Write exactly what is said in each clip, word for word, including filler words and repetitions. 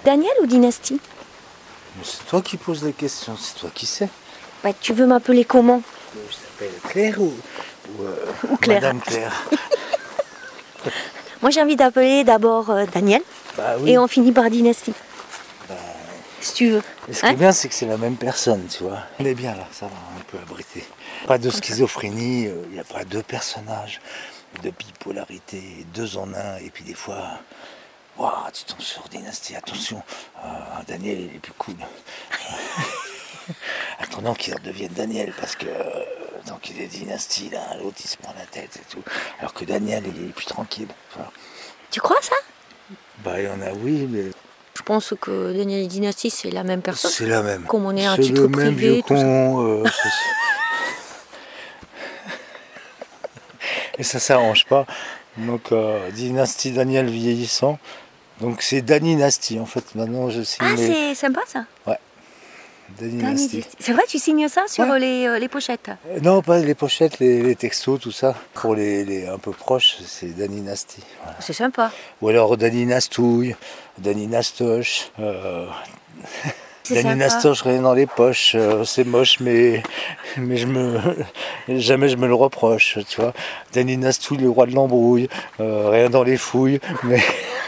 Daniel ou Dynasty? C'est toi qui poses les questions, c'est toi qui sais. Bah, tu veux m'appeler comment? Je t'appelle Claire ou, ou, euh, ou Claire. Madame Claire. Moi j'ai envie d'appeler d'abord euh, Daniel, bah, oui. Et on finit par Dynasty. Bah, si tu veux. Et ce qui hein? est bien, c'est que c'est la même personne, tu vois. On est bien là, ça va, on peut abriter. Pas de schizophrénie, il euh, n'y a pas deux personnages, de bipolarité, deux en un, et puis des fois, wow, tu tombes sur Dynasty, attention, euh, Daniel il est plus cool. Attendant qu'il redevienne Daniel, parce que euh, tant qu'il est Dynasty, là, l'autre il se prend la tête et tout. Alors que Daniel il est plus tranquille. Enfin, tu crois ça? Bah il y en a oui, mais... Je pense que Daniel et Dynasty c'est la même personne. C'est la même. Comme on est un c'est titre le privé, même vieux tout con. Ça. Euh, et ça s'arrange pas. Donc euh, Dynasty Daniel vieillissant. Donc c'est Dynasty en fait. Maintenant je signe. Ah les... c'est sympa ça. Ouais. Dynasty. C'est vrai, tu signes ça sur ouais. les, euh, les pochettes? euh, Non, pas les pochettes, les, les textos, tout ça. Pour les, les un peu proches, c'est Dynasty. Voilà. C'est sympa. Ou alors Dynastouille, Dynastoche. Euh... Dynastoche, rien dans les poches. Euh, c'est moche, mais mais je me jamais je me le reproche, tu vois. Dynastouille, le roi de l'embrouille. Euh, rien dans les fouilles, mais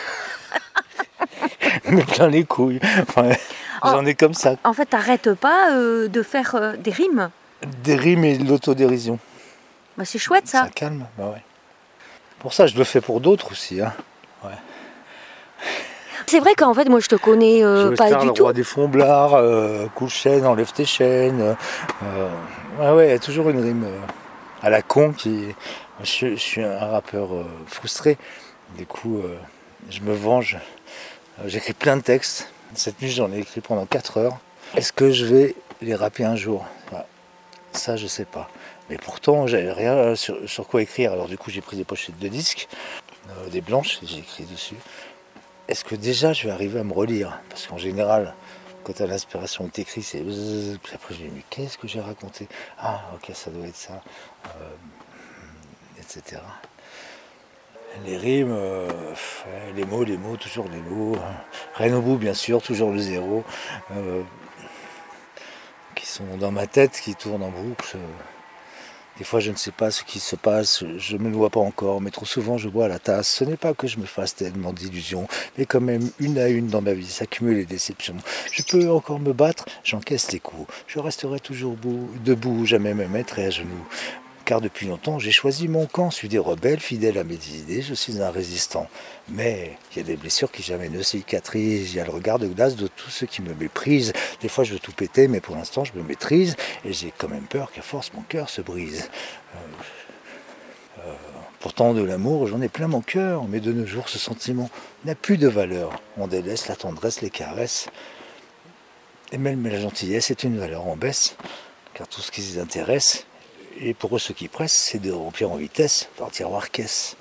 mais plein les couilles. Enfin, J'en ai comme ça. En fait, t'arrêtes pas euh, de faire euh, des rimes. Des rimes et de l'autodérision. Bah, c'est chouette ça. Ça calme, bah ouais. Pour ça, je le fais pour d'autres aussi. Hein. Ouais. C'est vrai qu'en fait, moi, je te connais euh, je pas star, du le tout. Roi des Fomblards, euh, coup de chaîne, enlève tes chaînes. Euh, ouais, ouais, il y a toujours une rime euh, à la con qui. Je, je suis un rappeur euh, frustré. Du coup, euh, je me venge. Euh, j'écris plein de textes. Cette nuit, j'en ai écrit pendant quatre heures. Est-ce que je vais les rapper un jour? Voilà. Ça, je sais pas. Mais pourtant, j'avais rien sur, sur quoi écrire. Alors du coup, j'ai pris des pochettes de disques, euh, des blanches, et j'ai écrit dessus. Est-ce que déjà, je vais arriver à me relire? Parce qu'en général, quand tu as l'inspiration que tu écris, c'est... Puis après, je me dis, mais qu'est-ce que j'ai raconté? Ah, ok, ça doit être ça. Euh, et cetera. Les rimes, euh, les mots, les mots, toujours les mots. Rien au bout, bien sûr, toujours le zéro. Euh, qui sont dans ma tête, qui tournent en boucle. Des fois, je ne sais pas ce qui se passe, je ne me le vois pas encore, mais trop souvent, je bois à la tasse. Ce n'est pas que je me fasse tellement d'illusions, mais quand même, une à une dans ma vie, s'accumulent les déceptions. Je peux encore me battre, j'encaisse les coups. Je resterai toujours debout, jamais me mettrai à genoux. Car depuis longtemps, j'ai choisi mon camp, je suis des rebelles, fidèles à mes idées, je suis un résistant. Mais il y a des blessures qui jamais ne cicatrisent, il y a le regard de glace de tous ceux qui me méprisent. Des fois, je veux tout péter, mais pour l'instant, je me maîtrise, et j'ai quand même peur qu'à force, mon cœur se brise. Euh, euh, pourtant, de l'amour, j'en ai plein mon cœur, mais de nos jours, ce sentiment n'a plus de valeur. On délaisse la tendresse, les caresses, et même la gentillesse est une valeur en baisse, car tout ce qui les intéresse, et pour eux, ceux qui pressent, c'est de remplir en vitesse leur tiroir caisse.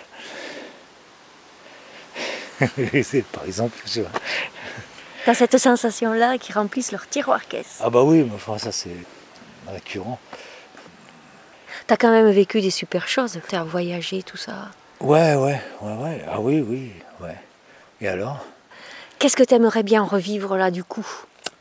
C'est par exemple, tu vois. T'as cette sensation-là qu'ils remplissent leur tiroir caisse. Ah bah oui, mais enfin ça c'est récurrent. T'as quand même vécu des super choses, t'as voyagé, tout ça. Ouais, ouais, ouais, ouais. Ah oui, oui, ouais. Et alors? Qu'est-ce que t'aimerais bien revivre là du coup?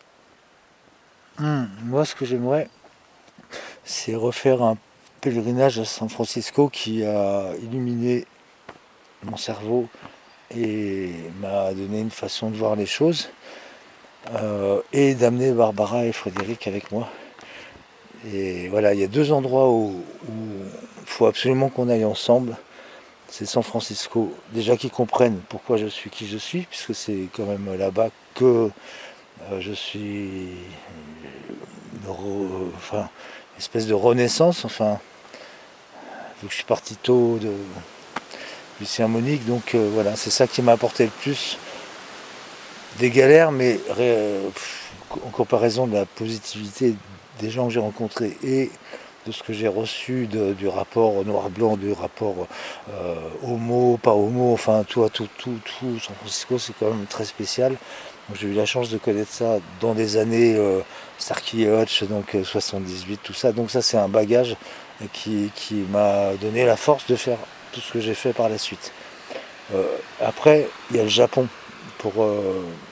Hum, Moi, ce que j'aimerais, c'est refaire un pèlerinage à San Francisco qui a illuminé mon cerveau et m'a donné une façon de voir les choses euh, et d'amener Barbara et Frédéric avec moi. Et voilà, il y a deux endroits où il faut absolument qu'on aille ensemble. C'est San Francisco, déjà qu'ils comprennent pourquoi je suis qui je suis, puisque c'est quand même là-bas que euh, je suis une, re, enfin, une espèce de renaissance, enfin, vu que je suis parti tôt de Lucien Monique, donc euh, voilà, c'est ça qui m'a apporté le plus. Des galères, mais euh, en comparaison de la positivité des gens que j'ai rencontrés et de ce que j'ai reçu de, du rapport noir-blanc, du rapport euh, homo, pas homo, enfin tout, tout, tout, tout, San Francisco, c'est quand même très spécial. Donc, j'ai eu la chance de connaître ça dans des années euh, Starkey et Hutch, donc euh, soixante-dix-huit, tout ça. Donc ça, c'est un bagage qui, qui m'a donné la force de faire tout ce que j'ai fait par la suite. Euh, après, il y a le Japon. Pour, euh,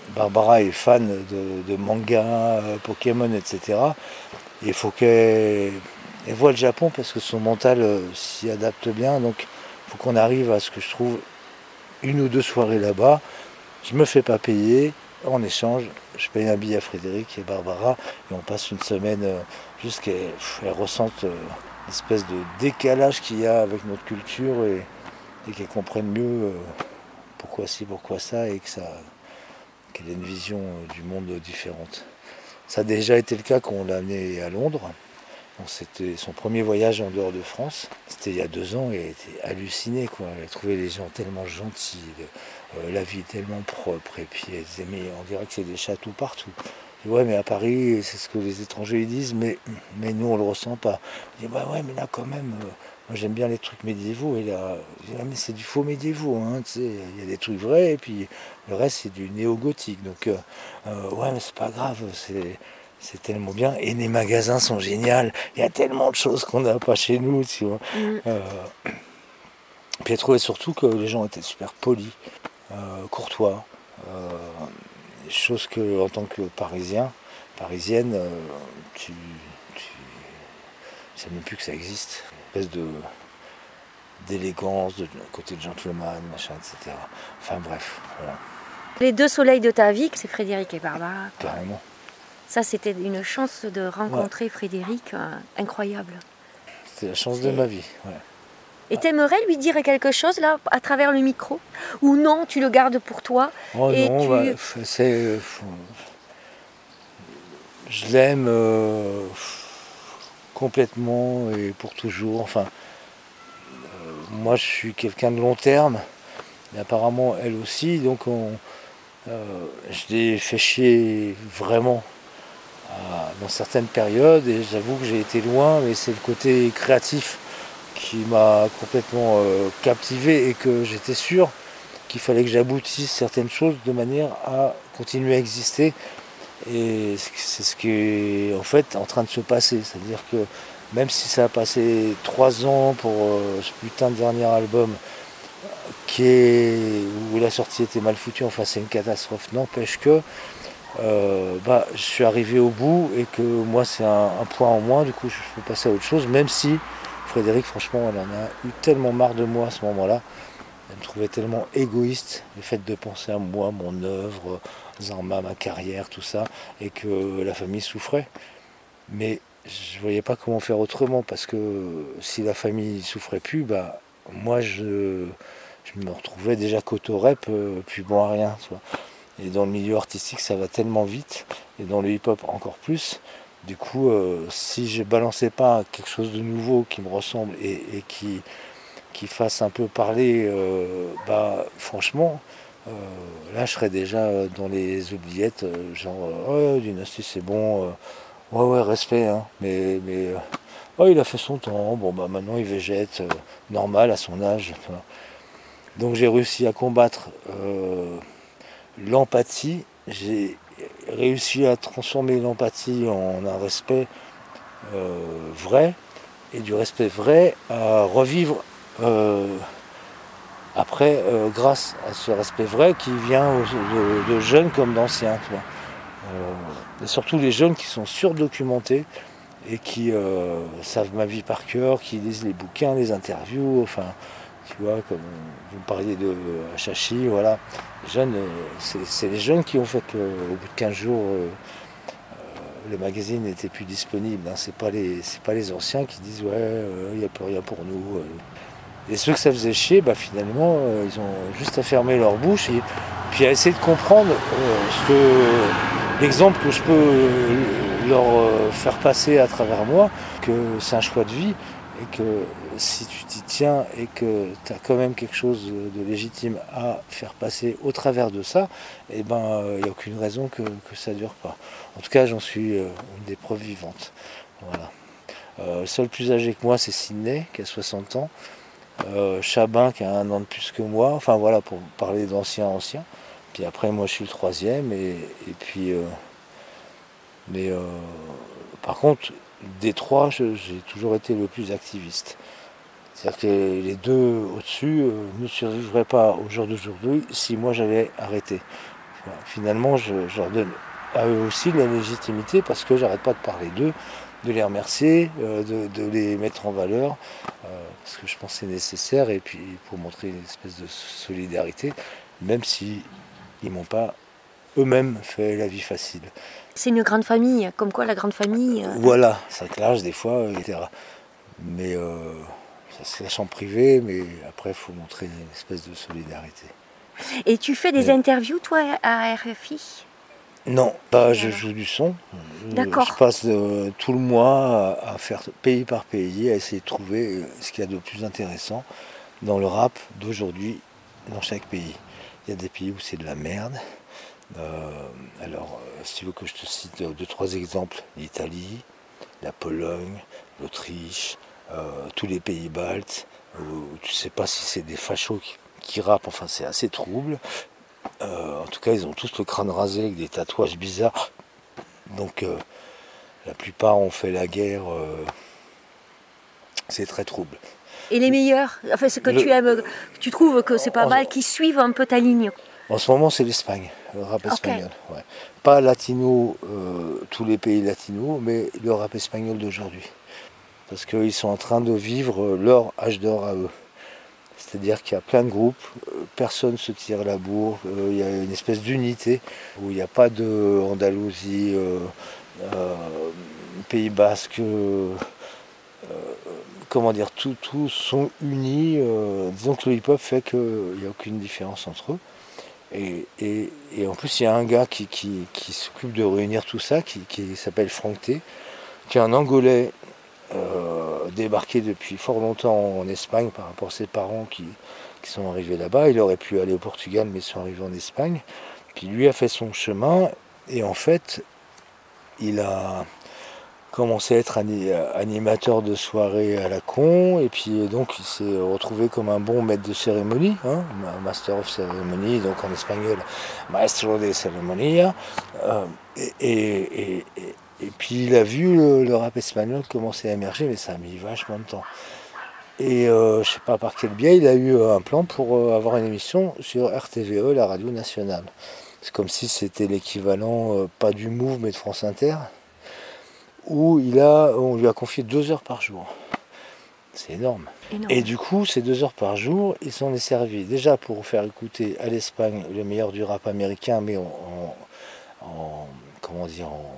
Barbara est fan de, de manga, euh, Pokémon, et cetera. Et il faut qu'elle elle voit le Japon parce que son mental euh, s'y adapte bien. Donc il faut qu'on arrive à ce que je trouve une ou deux soirées là-bas. Je me fais pas payer. En échange, je paye un billet à Frédéric et Barbara et on passe une semaine euh, juste qu'elles elles ressentent euh, l'espèce de décalage qu'il y a avec notre culture et, et qu'elles comprennent mieux euh, pourquoi ci, pourquoi ça et que ça, qu'elle ait une vision euh, du monde différente. Ça a déjà été le cas quand on l'a amené à Londres. Donc, c'était son premier voyage en dehors de France. C'était il y a deux ans et elle était hallucinée, quoi. Elle a trouvé les gens tellement gentils, euh, la vie tellement propre. Et puis elle disait, mais on dirait que c'est des châteaux partout. Je dis, ouais, mais à Paris, c'est ce que les étrangers disent, mais, mais nous, on le ressent pas. Je dis, bah ouais, mais là, quand même, euh, moi j'aime bien les trucs médiévaux. Et là, je dis, ah, mais c'est du faux médiévaux, hein, tu sais. Il y a des trucs vrais, et puis le reste, c'est du néo-gothique. Donc, euh, euh, ouais, mais c'est pas grave, c'est. C'est tellement bien. Et les magasins sont géniaux. Il y a tellement de choses qu'on n'a pas chez nous, tu vois. Mm. Euh, puis j'ai trouvé surtout que les gens étaient super polis, euh, courtois. Euh, chose que, en tant que Parisien, Parisienne, euh, tu, tu ne sais même plus que ça existe. Une espèce de d'élégance, de, de côté de gentleman, machin, et cetera. Enfin bref, voilà. Les deux soleils de ta vie, c'est Frédéric et Barbara. Carrément. Ça, c'était une chance de rencontrer ouais. Frédéric, euh, incroyable. C'était la chance de ma vie, ouais. Et t'aimerais lui dire quelque chose, là, à travers le micro? Ou non, tu le gardes pour toi? Oh et non, tu... bah, c'est... Euh, je l'aime euh, complètement et pour toujours. Enfin, euh, moi, je suis quelqu'un de long terme, mais apparemment, elle aussi. Donc, on, euh, je l'ai fait chier vraiment dans certaines périodes et j'avoue que j'ai été loin, mais c'est le côté créatif qui m'a complètement euh, captivé et que j'étais sûr qu'il fallait que j'aboutisse certaines choses de manière à continuer à exister. Et c'est ce qui est en fait en train de se passer, c'est-à-dire que même si ça a passé trois ans pour euh, ce putain de dernier album qui est, où la sortie était mal foutue, enfin c'est une catastrophe, n'empêche que Euh, bah, je suis arrivé au bout et que moi c'est un, un point en moins, du coup je peux passer à autre chose, même si Frédéric franchement elle en a eu tellement marre de moi à ce moment-là, elle me trouvait tellement égoïste, le fait de penser à moi, mon œuvre, Zarma, ma carrière, tout ça, et que la famille souffrait. Mais je voyais pas comment faire autrement, parce que si la famille souffrait plus, bah moi je, je me retrouvais déjà côte au rep, euh, puis bon à rien, tu vois. Et dans le milieu artistique, ça va tellement vite, et dans le hip-hop encore plus. Du coup, euh, si je balançais pas quelque chose de nouveau qui me ressemble et, et qui, qui fasse un peu parler, euh, bah franchement, euh, là je serais déjà dans les oubliettes, euh, genre, euh, ouais, Dynasty c'est bon, euh, ouais, ouais, respect, hein, mais, mais euh, oh, il a fait son temps, bon, bah maintenant il végète, euh, normal à son âge. Enfin. Donc j'ai réussi à combattre. Euh, L'empathie, j'ai réussi à transformer l'empathie en un respect euh, vrai, et du respect vrai à revivre euh, après euh, grâce à ce respect vrai qui vient de, de jeunes comme d'anciens. Euh, et surtout les jeunes qui sont surdocumentés et qui euh, savent ma vie par cœur, qui lisent les bouquins, les interviews, enfin... Tu vois, comme vous parliez de Hachachi, voilà. Les jeunes, c'est, c'est les jeunes qui ont fait qu'au bout de quinze jours, euh, le magazine n'était plus disponible. Hein. C'est pas les, c'est pas les anciens qui disent ouais, il euh, n'y a plus rien pour nous. Et ceux que ça faisait chier, bah, finalement, euh, ils ont juste à fermer leur bouche et puis à essayer de comprendre euh, ce que l'exemple que je peux leur euh, faire passer à travers moi, que c'est un choix de vie et que si tu t'y tiens et que tu as quand même quelque chose de légitime à faire passer au travers de ça, eh ben, il euh, n'y a aucune raison que, que ça ne dure pas. En tout cas, j'en suis euh, une des preuves vivantes. Voilà. Euh, le seul plus âgé que moi, c'est Sydney, qui a soixante ans. Euh, Chabin, qui a un an de plus que moi. Enfin, voilà, pour parler d'anciens anciens. Puis après, moi, je suis le troisième. Et, et puis... Euh, mais euh, par contre, des trois, je, j'ai toujours été le plus activiste. C'est-à-dire que les deux au-dessus euh, ne survivraient pas au jour d'aujourd'hui si moi j'avais arrêté. Voilà. Finalement, je, je leur donne à eux aussi de la légitimité parce que j'arrête pas de parler d'eux, de les remercier, euh, de, de les mettre en valeur, euh, parce que je pense que c'est nécessaire, et puis pour montrer une espèce de solidarité, même si ils m'ont pas eux-mêmes fait la vie facile. C'est une grande famille, comme quoi la grande famille... Euh... Voilà, ça clash des fois, et cetera. Mais euh, ça se lâche en privé, mais après il faut montrer une espèce de solidarité. Et tu fais des mais... interviews toi à R F I ? Non, bah, je joue du son. D'accord. Je passe euh, tout le mois à, à faire pays par pays, à essayer de trouver ce qu'il y a de plus intéressant dans le rap d'aujourd'hui dans chaque pays. Il y a des pays où c'est de la merde. Euh, alors, euh, si tu veux que je te cite deux, trois exemples, l'Italie, la Pologne, l'Autriche, euh, tous les pays baltes, où tu ne sais pas si c'est des fachos qui, qui rappent, enfin c'est assez trouble. Euh, en tout cas, ils ont tous le crâne rasé avec des tatouages bizarres. Donc, euh, la plupart ont fait la guerre. Euh, c'est très trouble. Et les meilleurs, enfin ce que le, tu aimes, tu trouves que c'est pas en, mal, qui suivent un peu ta ligne. En ce moment, c'est l'Espagne, le rap espagnol. Okay. Ouais. Pas latino, euh, tous les pays latinos, mais le rap espagnol d'aujourd'hui. Parce qu'ils sont en train de vivre leur âge d'or à eux. C'est-à-dire qu'il y a plein de groupes, personne ne se tire la bourre, euh, il y a une espèce d'unité où il n'y a pas de Andalousie, euh, euh, Pays Basque, euh, euh, comment dire, tous tout sont unis. Euh, disons que le hip-hop fait qu'il n'y a aucune différence entre eux. Et, et, et en plus, il y a un gars qui, qui, qui s'occupe de réunir tout ça, qui, qui s'appelle Frank T, qui est un Angolais. Euh, débarqué depuis fort longtemps en Espagne par rapport à ses parents qui, qui sont arrivés là-bas. Il aurait pu aller au Portugal, mais ils sont arrivés en Espagne. Puis lui a fait son chemin et en fait, il a commencé à être animateur de soirée à la con et puis donc il s'est retrouvé comme un bon maître de cérémonie, hein, Master of Ceremony, donc en espagnol Maestro de Ceremonia. Euh, et, et, et, et Et puis il a vu le, le rap espagnol commencer à émerger, mais ça a mis vachement de temps. Et euh, je ne sais pas par quel biais, il a eu un plan pour euh, avoir une émission sur R T V E, la radio nationale. C'est comme si c'était l'équivalent, euh, pas du Move, mais de France Inter, où il a, on lui a confié deux heures par jour. C'est énorme. énorme. Et du coup, ces deux heures par jour, il s'en est servi déjà pour faire écouter à l'Espagne le meilleur du rap américain, mais en, en, en comment dire, en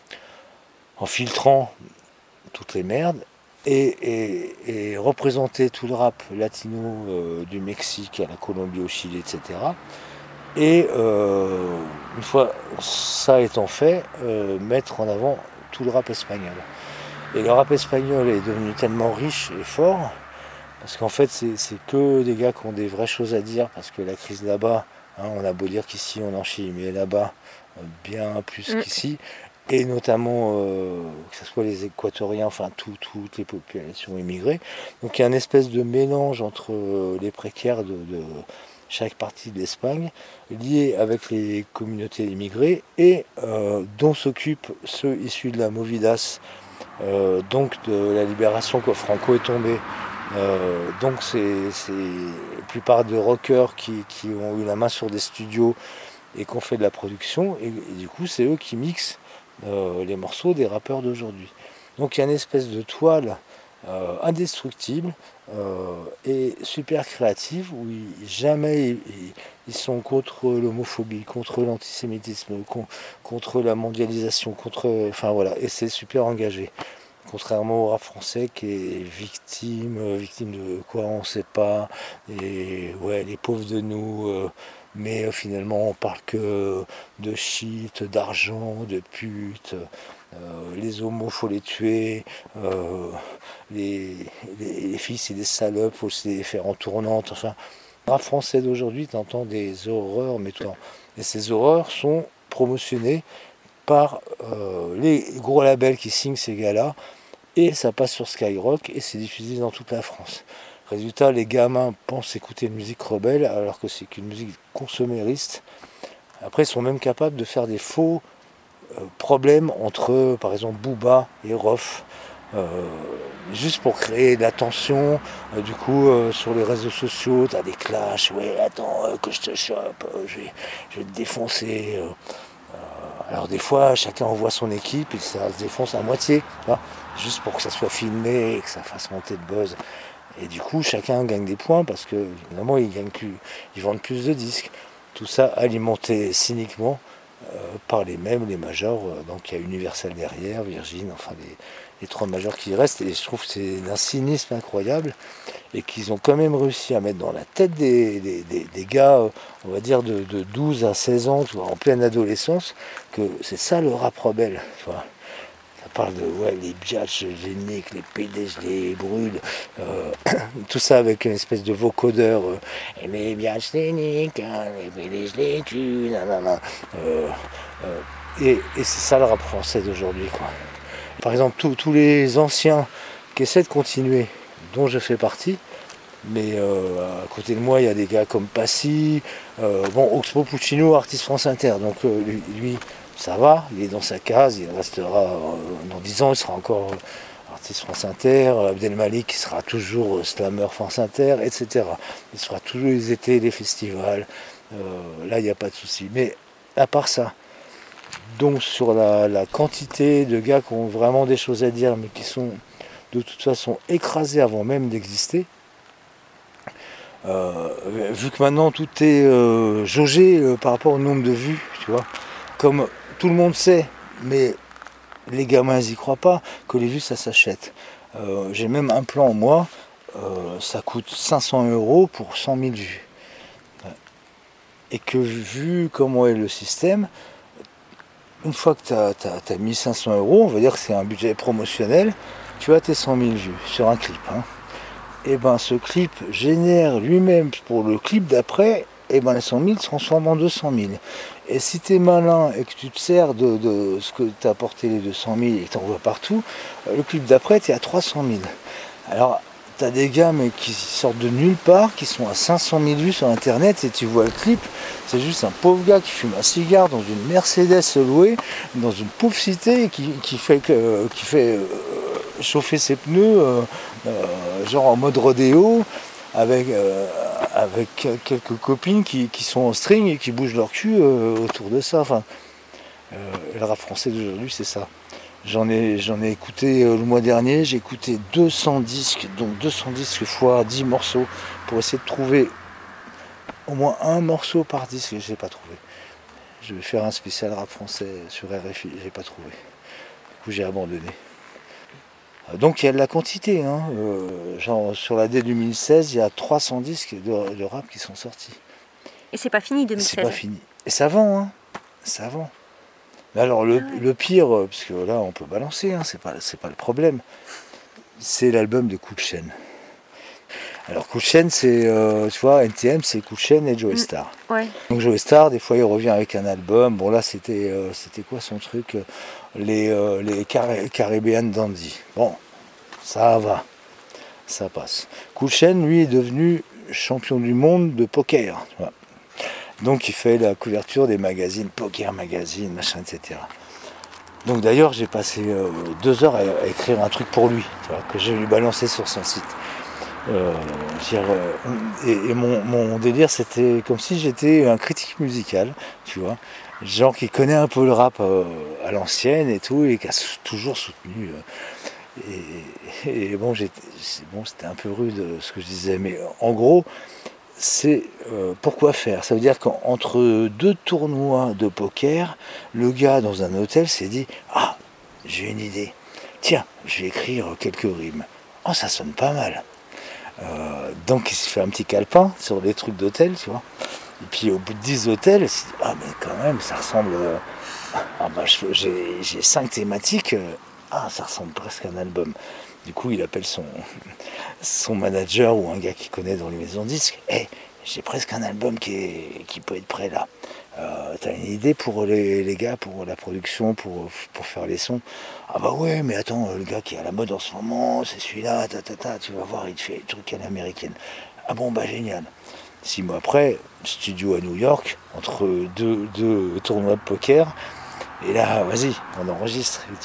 en filtrant toutes les merdes, et, et, et représenter tout le rap latino euh, du Mexique à la Colombie, au Chili, et cetera. Et euh, une fois ça étant fait, euh, mettre en avant tout le rap espagnol. Et le rap espagnol est devenu tellement riche et fort, parce qu'en fait c'est, c'est que des gars qui ont des vraies choses à dire, parce que la crise là-bas, hein, on a beau dire qu'ici on en chie, mais là-bas, bien plus mmh. qu'ici, et notamment euh, que ce soit les Équatoriens, enfin tout, toutes les populations immigrées. Donc il y a une espèce de mélange entre euh, les précaires de, de chaque partie de l'Espagne, liés avec les communautés immigrées, et euh, dont s'occupent ceux issus de la Movidas, euh, donc de la libération quand Franco est tombé. Euh, donc c'est, c'est la plupart de rockers qui, qui ont eu la main sur des studios et qui ont fait de la production, et, et du coup c'est eux qui mixent Euh, les morceaux des rappeurs d'aujourd'hui. Donc il y a une espèce de toile euh, indestructible euh, et super créative où ils, jamais ils, ils sont contre l'homophobie, contre l'antisémitisme, con, contre la mondialisation, contre, enfin voilà, et c'est super engagé. Contrairement au rap français qui est victime, victime de quoi on ne sait pas, et ouais, les pauvres de nous. Euh, mais euh, finalement on parle que de shit, d'argent, de pute, euh, les homos faut les tuer, euh, les, les, les filles c'est des salopes, faut se les faire en tournante, enfin, le rap français d'aujourd'hui t'entends des horreurs, mais tout le temps. Et ces horreurs sont promotionnées par euh, les gros labels qui signent ces gars-là, et ça passe sur Skyrock et c'est diffusé dans toute la France. Résultat, les gamins pensent écouter une musique rebelle alors que c'est qu'une musique consomériste. Après, ils sont même capables de faire des faux euh, problèmes entre, par exemple, Booba et Rof. euh, juste pour créer de la tension. Euh, du coup, euh, sur les réseaux sociaux, t'as des clashs. Ouais, attends, euh, que je te chope, euh, je, vais, je vais te défoncer. euh. Alors des fois, chacun envoie son équipe et ça se défonce à moitié, tu vois, juste pour que ça soit filmé et que ça fasse monter le buzz. Et du coup, chacun gagne des points parce que évidemment, ils gagnent plus, ils vendent plus de disques. Tout ça alimenté cyniquement euh, par les mêmes, les majors. Euh, donc il y a Universal derrière, Virgin, enfin les, les trois majors qui restent. Et je trouve que c'est d'un cynisme incroyable et qu'ils ont quand même réussi à mettre dans la tête des, des, des, des gars, euh, on va dire de, de douze à seize ans, tu vois, en pleine adolescence, que c'est ça le rap rebelle. Tu vois. Ça parle de ouais, les biatchs, je les nique, les P D, je les brûle. Euh, tout ça avec une espèce de vocodeur. Euh, et les biatchs, je les nique, hein, les P D, je les tue. Nanana. Euh, euh, et et c'est ça le rap français d'aujourd'hui, quoi. Par exemple, tous tous les anciens qui essaient de continuer, dont je fais partie, mais euh, à côté de moi, il y a des gars comme Passy, euh, bon, Oxpo Puccino, artiste France Inter, donc euh, lui, lui, ça va, il est dans sa case, il restera, euh, dans dix ans, il sera encore euh, artiste France Inter, Abdel Malik, il sera toujours euh, slammer France Inter, et cetera. Il sera toujours les étés, les festivals, euh, là, il n'y a pas de souci. Mais à part ça, donc sur la, la quantité de gars qui ont vraiment des choses à dire, mais qui sont de toute façon écrasés avant même d'exister, Euh, vu que maintenant tout est euh, jaugé euh, par rapport au nombre de vues, tu vois, comme tout le monde sait, mais les gamins ils y croient pas, que les vues ça s'achète. Euh, j'ai même un plan, moi, euh, ça coûte cinq cents euros pour cent mille vues. Et que vu comment est le système, une fois que tu as mis cinq cents euros, on va dire que c'est un budget promotionnel, tu as tes cent mille vues sur un clip. Hein. Et ben ce clip génère lui-même pour le clip d'après, et ben les cent mille se transforment en deux cent mille. Et si tu es malin et que tu te sers de, de ce que tu as apporté les deux cent mille et que tu envoies partout, le clip d'après tu es à trois cent mille. Alors tu as des gars mais qui sortent de nulle part, qui sont à cinq cent mille vues sur internet et tu vois le clip, c'est juste un pauvre gars qui fume un cigare dans une Mercedes louée, dans une pauvre cité et qui, qui fait, que, qui fait euh, chauffer ses pneus. Euh, Euh, genre en mode rodéo avec, euh, avec quelques copines qui, qui sont en string et qui bougent leur cul euh, autour de ça. Enfin, euh, le rap français d'aujourd'hui c'est ça. J'en ai, j'en ai écouté euh, le mois dernier, j'ai écouté deux cents disques, donc deux cents disques fois dix morceaux pour essayer de trouver au moins un morceau par disque que je n'ai pas trouvé. Je vais faire un spécial rap français sur R F I, j'ai pas trouvé. Du coup j'ai abandonné. Donc il y a de la quantité, hein. euh, genre sur la D deux mille seize, il y a trois cents disques de, de rap qui sont sortis. Et c'est pas fini deux mille seize. C'est pas fini. Et ça vend, hein. Ça vend. Mais alors le, ah ouais. le pire, parce que là on peut balancer, hein, c'est pas, c'est pas le problème, c'est l'album de Coup de Chaîne. Alors Coup de Chaîne, c'est, euh, tu vois, N T M, c'est Coup de Chaîne et Joey mmh. Star. Ouais. Donc Joey Star, des fois il revient avec un album. Bon là c'était, euh, c'était quoi son truc, les, euh, les Car- Caribbean Dandy. Bon, ça va, ça passe. Coup de Chaîne, lui, est devenu champion du monde de poker. Tu vois. Donc il fait la couverture des magazines, Poker Magazine, machin, et cetera. Donc d'ailleurs j'ai passé euh, deux heures à, à écrire un truc pour lui, tu vois, que j'ai lui balancé sur son site. Euh, dire, euh, et, et mon, mon délire c'était comme si j'étais un critique musical, tu vois, genre qui connaît un peu le rap euh, à l'ancienne et tout, et qui a sou- toujours soutenu. Euh, et, et bon, j'étais, bon, c'était un peu rude ce que je disais, mais en gros, c'est euh, pourquoi faire. Ça veut dire qu'entre deux tournois de poker, le gars dans un hôtel s'est dit « Ah, j'ai une idée. Tiens, je vais écrire quelques rimes. Oh, ça sonne pas mal. » Euh, donc il s'est fait un petit calepin sur les trucs d'hôtel, tu vois. Et puis au bout de dix hôtels, il s'est dit, ah mais quand même, ça ressemble... Euh, ah bah j'ai, j'ai cinq thématiques, euh, ah ça ressemble presque à un album. Du coup il appelle son, son manager ou un gars qu'il connaît dans les maisons de disques. Hé, hey, j'ai presque un album qui, est, qui peut être prêt là. Euh, t'as une idée pour les, les gars, pour la production, pour, pour faire les sons? Ah bah ouais, mais attends, le gars qui est à la mode en ce moment, c'est celui-là, ta, ta, ta, tu vas voir, il te fait des trucs à l'américaine. Ah bon, bah génial. Six mois après, studio à New York, entre deux, deux tournois de poker, et là, vas-y, on enregistre et tout.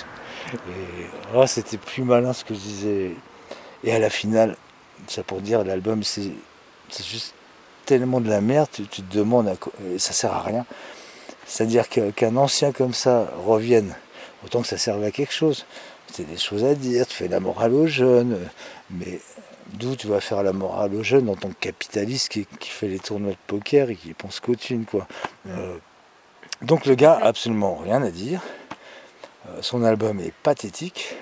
Et oh, c'était plus malin ce que je disais. Et à la finale, ça pour dire, l'album, c'est, c'est juste tellement de la merde, tu, tu te demandes, à quoi, ça sert à rien. C'est-à-dire que, qu'un ancien comme ça revienne, autant que ça serve à quelque chose. C'est des choses à dire, tu fais la morale aux jeunes, mais d'où tu vas faire la morale aux jeunes en tant que capitaliste qui, qui fait les tournois de poker et qui pense qu'aux thunes, quoi. Euh, donc le gars a absolument rien à dire. Euh, son album est pathétique.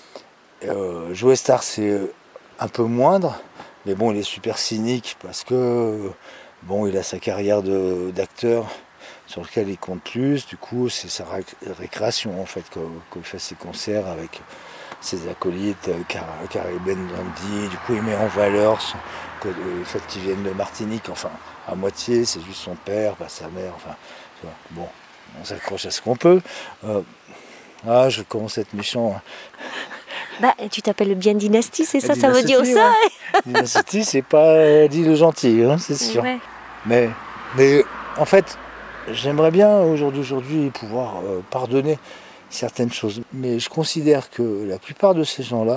Euh, Joey Starr, c'est un peu moindre, mais bon, il est super cynique parce que bon, il a sa carrière de, d'acteur sur lequel il compte plus. Du coup, c'est sa ré- récréation en fait, qu'il fait ses concerts avec ses acolytes, Carrie Ben Lundy. Du coup, il met en valeur son, que, le fait qu'il vienne de Martinique, enfin, à moitié, c'est juste son père, pas sa mère. Enfin, tu vois, bon, on s'accroche à ce qu'on peut. Euh, ah, je commence à être méchant. Hein. Bah, tu t'appelles bien Dynasty, c'est ça, ça veut Dynasty, dire ça ouais. Dynasty, c'est pas euh, dit le gentil, hein, c'est sûr. Ouais. Mais, mais en fait, j'aimerais bien au jour d'aujourd'hui pouvoir euh, pardonner certaines choses. Mais je considère que la plupart de ces gens-là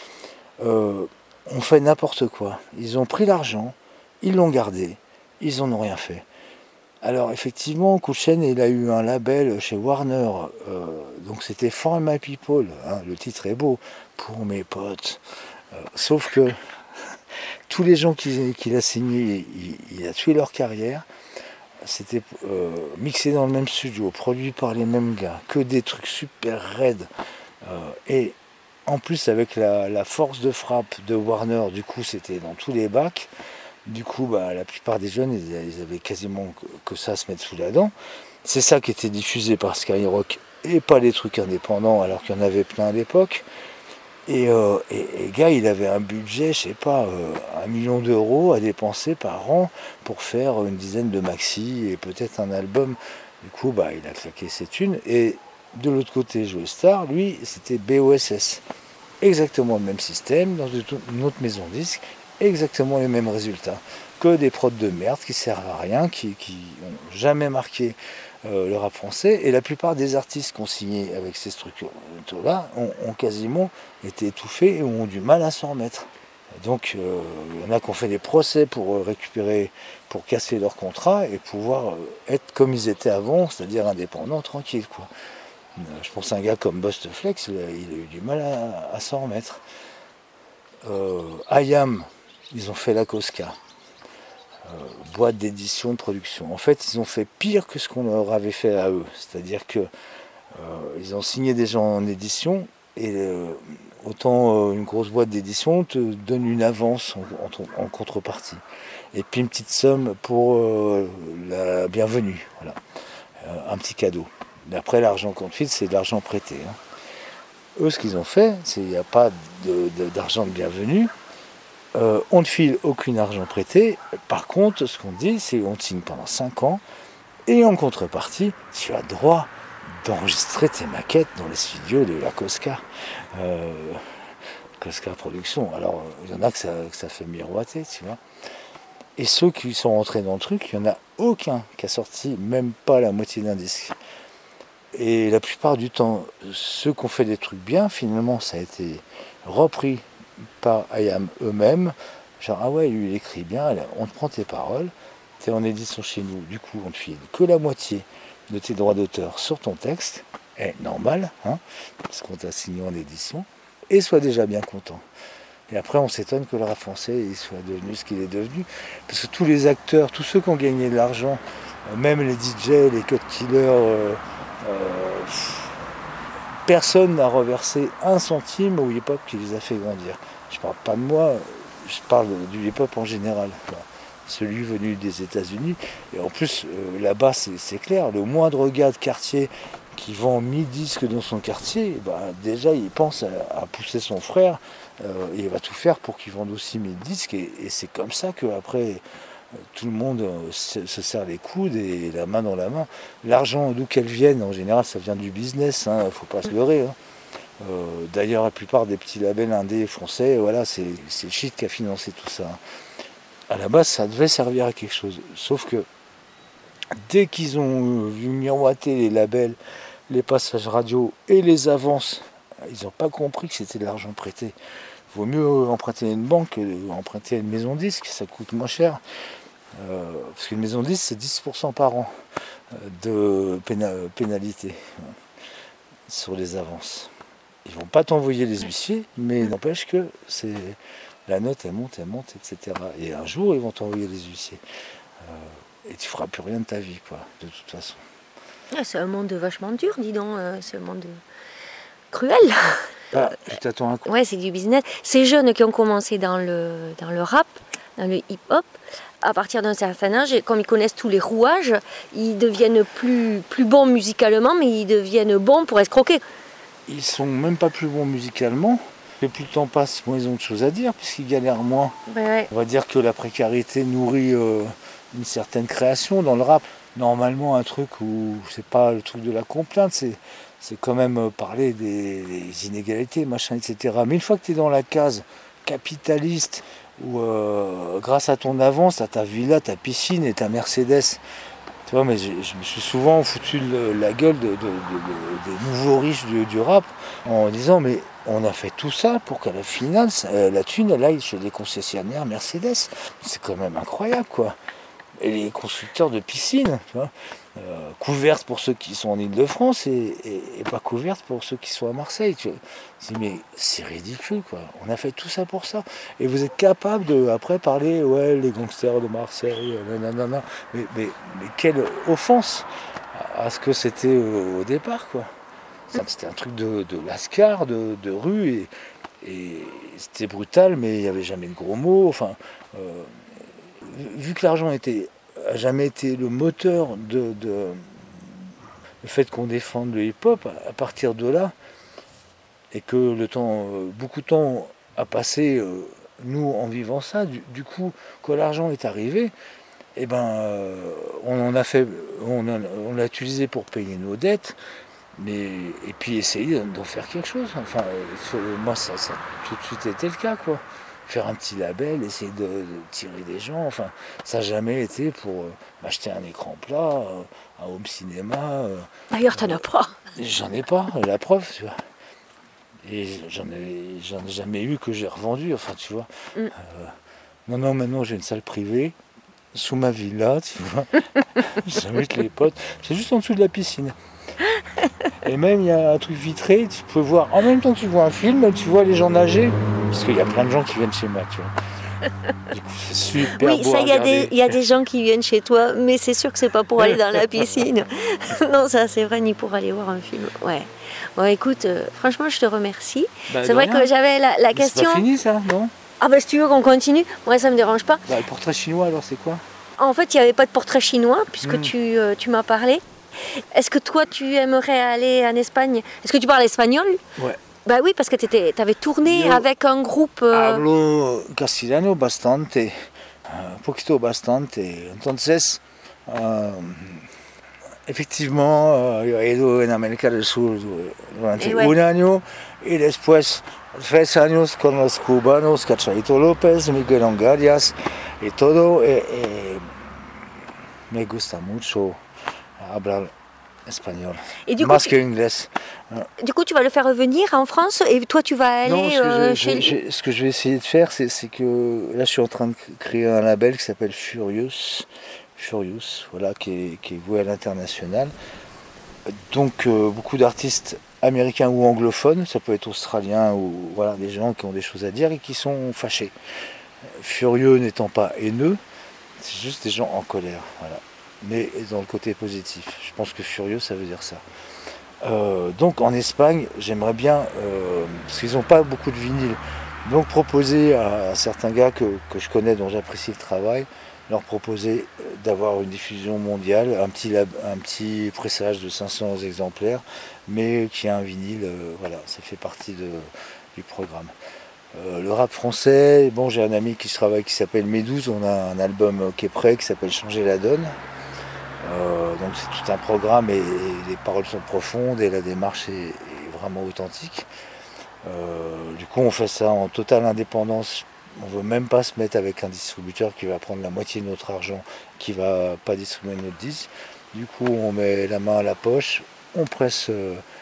euh, ont fait n'importe quoi. Ils ont pris l'argent, ils l'ont gardé, ils en ont rien fait. Alors effectivement, Kouchen, il a eu un label chez Warner, euh, donc c'était For My People, hein, le titre est beau, pour mes potes. Euh, sauf que tous les gens qu'il, qu'il a signés, il, il a tué leur carrière. C'était euh, mixé dans le même studio, produit par les mêmes gars, que des trucs super raides. Euh, et en plus avec la, la force de frappe de Warner, du coup c'était dans tous les bacs. Du coup, bah, la plupart des jeunes, ils, ils avaient quasiment que, que ça à se mettre sous la dent. C'est ça qui était diffusé par Skyrock et pas les trucs indépendants, alors qu'il y en avait plein à l'époque. Et, euh, et, et gars, il avait un budget, je sais pas, euh, un million d'euros à dépenser par an pour faire une dizaine de maxi et peut-être un album. Du coup, bah, il a claqué ses thunes. Et de l'autre côté, Joey Starr, lui, c'était B O S S. Exactement le même système, dans une autre maison de disques, exactement les mêmes résultats. Que des prods de merde qui servent à rien, qui n'ont jamais marqué euh, le rap français. Et la plupart des artistes qui ont signé avec ces structures-là ont, ont quasiment été étouffés et ont du mal à s'en remettre. Donc euh, il y en a qui ont fait des procès pour récupérer, pour casser leur contrat et pouvoir être comme ils étaient avant, c'est-à-dire indépendants, tranquilles, quoi. Je pense à un gars comme Busteflex, il a, il a eu du mal à, à s'en remettre. Euh, I A M, ils ont fait la Cosca, euh, boîte d'édition, de production. En fait, ils ont fait pire que ce qu'on leur avait fait à eux. C'est-à-dire que euh, ils ont signé des gens en édition et euh, autant euh, une grosse boîte d'édition te donne une avance en, en, en contrepartie. Et puis une petite somme pour euh, la bienvenue. Voilà. Euh, un petit cadeau. Mais après, l'argent qu'on te file, c'est de l'argent prêté. Hein. Eux, ce qu'ils ont fait, c'est qu'il n'y a pas de, de, d'argent de bienvenue. Euh, on ne file aucun argent prêté. Par contre, ce qu'on dit, c'est qu'on te signe pendant cinq ans. Et en contrepartie, tu as droit d'enregistrer tes maquettes dans les studios de la Cosca. Euh, Cosca Production. Alors, il y en a que ça, que ça fait miroiter, tu vois. Et ceux qui sont rentrés dans le truc, il n'y en a aucun qui a sorti même pas la moitié d'un disque. Et la plupart du temps, ceux qui ont fait des trucs bien, finalement, ça a été repris par I A M eux-mêmes. Genre, ah ouais, lui, il écrit bien, on te prend tes paroles, tu es en édition chez nous, du coup, on te file que la moitié de tes droits d'auteur sur ton texte. Et normal, hein, parce qu'on t'a signé en édition, et sois déjà bien content. Et après, on s'étonne que le rap français il soit devenu ce qu'il est devenu. Parce que tous les acteurs, tous ceux qui ont gagné de l'argent, même les D J, les cut killers, euh, euh, personne n'a reversé un centime au hip-hop qui les a fait grandir. Je parle pas de moi, je parle du hip-hop en général. Quoi. Celui venu des États-Unis. Et en plus, euh, là-bas, c'est, c'est clair, le moindre gars de quartier qui vend mille disques dans son quartier, bah, déjà, il pense à, à pousser son frère. Euh, il va tout faire pour qu'ils vendent aussi mille disques et, et c'est comme ça qu'après euh, tout le monde euh, se, se serre les coudes et la main dans la main. L'argent, d'où qu'elle vienne, en général ça vient du business, il hein, ne faut pas se leurrer. Hein. Euh, d'ailleurs la plupart des petits labels indés français, voilà, c'est, c'est le shit qui a financé tout ça. À la base ça devait servir à quelque chose, sauf que dès qu'ils ont vu miroiter les labels, les passages radio et les avances Ils n'ont pas compris que c'était de l'argent prêté. Il vaut mieux emprunter à une banque que emprunter à une maison de disque, ça coûte moins cher. Euh, parce qu'une maison de disque, c'est dix pour cent par an de péna- pénalité euh, sur les avances. Ils ne vont pas t'envoyer les huissiers, mais n'empêche que c'est, la note, elle monte, elle monte, et cetera. Et un jour, ils vont t'envoyer les huissiers. Euh, et tu ne feras plus rien de ta vie, quoi, de toute façon. Ah, c'est un monde vachement dur, dis donc. euh, C'est un monde cruel. Bah, tu t'attends à quoi? Ouais, c'est du business. Ces jeunes qui ont commencé dans le, dans le rap, dans le hip-hop, à partir d'un certain âge, et comme ils connaissent tous les rouages, ils deviennent plus, plus bons musicalement, mais ils deviennent bons pour escroquer. Ils sont même pas plus bons musicalement. Et plus le temps passe, moins ils ont de choses à dire, puisqu'ils galèrent moins. Ouais, ouais. On va dire que la précarité nourrit euh, une certaine création dans le rap. Normalement, un truc où c'est pas le truc de la complainte, c'est, c'est quand même euh, parler des, des inégalités, machin, et cetera. Mais une fois que tu es dans la case capitaliste, où euh, grâce à ton avance, à ta villa, ta piscine et ta Mercedes, tu vois, mais je, je me suis souvent foutu le, la gueule de, de, de, de, des nouveaux riches du, du rap en disant mais on a fait tout ça pour qu'à la finale, ça, la thune elle aille chez les concessionnaires Mercedes. C'est quand même incroyable quoi. Et les constructeurs de piscines, tu vois, euh, couvertes pour ceux qui sont en Ile-de-France et, et, et pas couvertes pour ceux qui sont à Marseille. Tu vois. Je dis, mais c'est ridicule quoi. On a fait tout ça pour ça. Et vous êtes capable de après parler, ouais, les gangsters de Marseille, nanana. Mais, mais, mais quelle offense à ce que c'était au, au départ quoi. C'était un truc de, de lascar, de, de rue et, et c'était brutal, mais il n'y avait jamais de gros mots. Enfin. Euh, Vu que l'argent était, a jamais été le moteur de, de le fait qu'on défende le hip-hop, à partir de là, et que le temps, beaucoup de temps a passé, nous, en vivant ça, du, du coup, quand l'argent est arrivé, eh ben, on en a fait, on, en, on l'a utilisé pour payer nos dettes, mais, et puis essayer d'en faire quelque chose. Enfin, moi, ça, ça a tout de suite été le cas, quoi. Faire un petit label, essayer de, de tirer des gens, enfin, ça n'a jamais été pour euh, m'acheter un écran plat, euh, un home cinéma. Euh, D'ailleurs, t'en as pas. J'en ai pas, la preuve, tu vois. Et j'en ai, j'en ai jamais eu que j'ai revendu, enfin, tu vois. Mm. Euh, non, non, maintenant j'ai une salle privée, sous ma villa, tu vois. J'invite les potes, c'est juste en dessous de la piscine. Et même il y a un truc vitré, tu peux voir, en même temps que tu vois un film, tu vois les gens nager, parce qu'il y a plein de gens qui viennent chez moi, tu vois. Du coup, c'est super oui, beau ça, à il y, a regarder. des- il y a des gens qui viennent chez toi, mais c'est sûr que c'est pas pour aller dans la piscine. Non, ça c'est vrai, ni pour aller voir un film. Ouais. Bon, écoute, euh, franchement, je te remercie. Bah, c'est de vrai rien. que j'avais la, la Mais question. c'est pas fini ça, non? Ah bah si tu veux qu'on continue, moi ça me dérange pas. Bah, le portrait chinois alors c'est quoi? En fait, il n'y avait pas de portrait chinois, puisque Mm. tu, euh, tu m'as parlé. Est-ce que toi, tu aimerais aller en Espagne? Est-ce que tu parles espagnol? Ouais. Bah oui, parce que tu avais tourné Yo avec un groupe... euh, Hablo castellano bastante, un poquito bastante. Entonces, euh, effectivement, euh, yo he ido en América del Sur durante Eh ouais. un año y después tres años con los cubanos, Cachorrito López, Miguel Ongarias y todo. Y, y me gusta mucho hablar espagnol, Et du coup, más tu- que inglés. Du coup, tu vas le faire revenir en France et toi, tu vas aller Non, ce que, euh, je, chez je- je- ce que je vais essayer de faire, c'est, c'est que là, je suis en train de créer un label qui s'appelle Furious, Furious, voilà, qui est, qui est voué à l'international. Donc, euh, beaucoup d'artistes américains ou anglophones, ça peut être australiens ou voilà, des gens qui ont des choses à dire et qui sont fâchés. Furieux n'étant pas haineux, c'est juste des gens en colère, voilà. Mais dans le côté positif. Je pense que furieux, ça veut dire ça. Euh, donc en Espagne, j'aimerais bien, euh, parce qu'ils n'ont pas beaucoup de vinyles, donc proposer à, à certains gars que, que je connais, dont j'apprécie le travail, leur proposer d'avoir une diffusion mondiale, un petit, lab, un petit pressage de cinq cents exemplaires, mais qui a un vinyle, euh, voilà, ça fait partie de, du programme. Euh, le rap français, bon, j'ai un ami qui travaille qui s'appelle Médouze, on a un album qui est prêt qui s'appelle Changer la donne. Euh, donc c'est tout un programme et, et les paroles sont profondes et la démarche est, est vraiment authentique. Euh, du coup on fait ça en totale indépendance. On ne veut même pas se mettre avec un distributeur qui va prendre la moitié de notre argent, qui ne va pas distribuer notre disque. Du coup on met la main à la poche, on presse euh,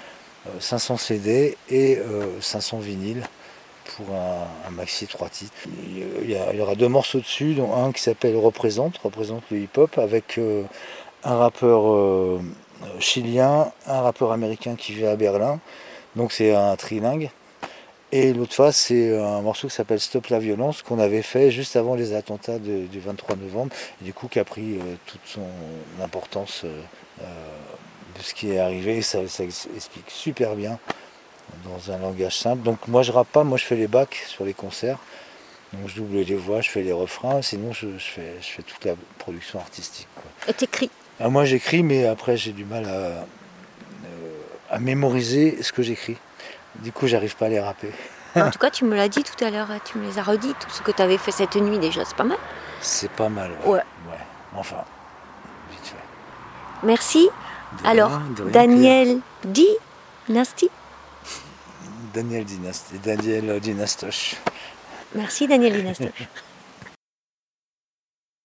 euh, cinq cents C D et euh, cinq cents vinyles pour un, un maxi trois titres. Il y, a, il y aura deux morceaux dessus, dont un qui s'appelle Représente, représente le hip-hop, avec euh, un rappeur euh, chilien, un rappeur américain qui vit à Berlin, donc c'est un trilingue. Et l'autre face, c'est un morceau qui s'appelle Stop la violence, qu'on avait fait juste avant les attentats de, du vingt-trois novembre, et du coup qui a pris euh, toute son importance euh, euh, de ce qui est arrivé, et ça, ça explique super bien, dans un langage simple. Donc moi je rappe pas, moi je fais les bacs sur les concerts, donc je double les voix, je fais les refrains, sinon je, je, fais, je fais toute la production artistique, quoi. Et t'écris? Ah, moi j'écris, mais après j'ai du mal à, euh, à mémoriser ce que j'écris. Du coup, j'arrive pas à les rapper. En tout cas, tu me l'as dit tout à l'heure, tu me les as redits, tout ce que tu avais fait cette nuit déjà, c'est pas mal. C'est pas mal, ouais. Ouais. ouais. Enfin, vite fait. Merci. De Alors, rien, de rien, Daniel Di Nasty. Daniel Dynast- Daniel Dynastoche. Merci Daniel Di Nastoche.